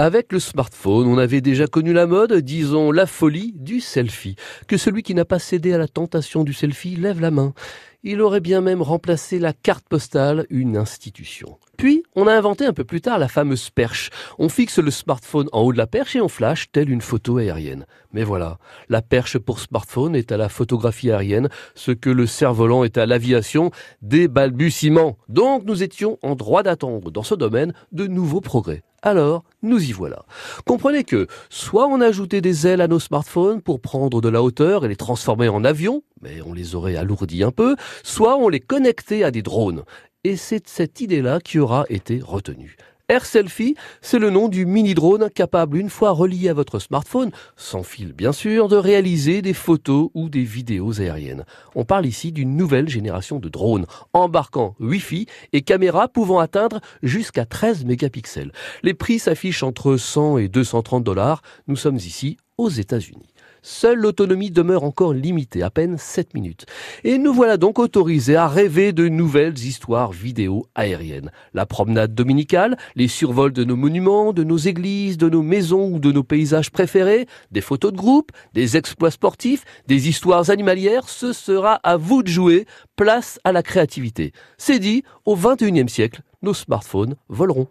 Avec le smartphone, on avait déjà connu la mode, disons la folie du selfie. Que celui qui n'a pas cédé à la tentation du selfie lève la main. Il aurait bien même remplacé la carte postale, une institution. Puis, on a inventé un peu plus tard la fameuse perche. On fixe le smartphone en haut de la perche et on flash telle une photo aérienne. Mais voilà, la perche pour smartphone est à la photographie aérienne, ce que le cerf-volant est à l'aviation, des balbutiements. Donc, nous étions en droit d'attendre dans ce domaine de nouveaux progrès. Alors, nous y voilà. Comprenez que, soit on ajoutait des ailes à nos smartphones pour prendre de la hauteur et les transformer en avions, mais on les aurait alourdis un peu, soit on les connectait à des drones. Et c'est cette idée-là qui aura été retenue. AirSelfie, c'est le nom du mini-drone capable, une fois relié à votre smartphone, sans fil bien sûr, de réaliser des photos ou des vidéos aériennes. On parle ici d'une nouvelle génération de drones, embarquant Wi-Fi et caméras pouvant atteindre jusqu'à 13 mégapixels. Les prix s'affichent entre 100 et 230 $. Nous sommes ici aux États-Unis. Seule l'autonomie demeure encore limitée, à peine 7 minutes. Et nous voilà donc autorisés à rêver de nouvelles histoires vidéo aériennes. La promenade dominicale, les survols de nos monuments, de nos églises, de nos maisons ou de nos paysages préférés, des photos de groupe, des exploits sportifs, des histoires animalières, ce sera à vous de jouer. Place à la créativité. C'est dit, au XXIe siècle, nos smartphones voleront.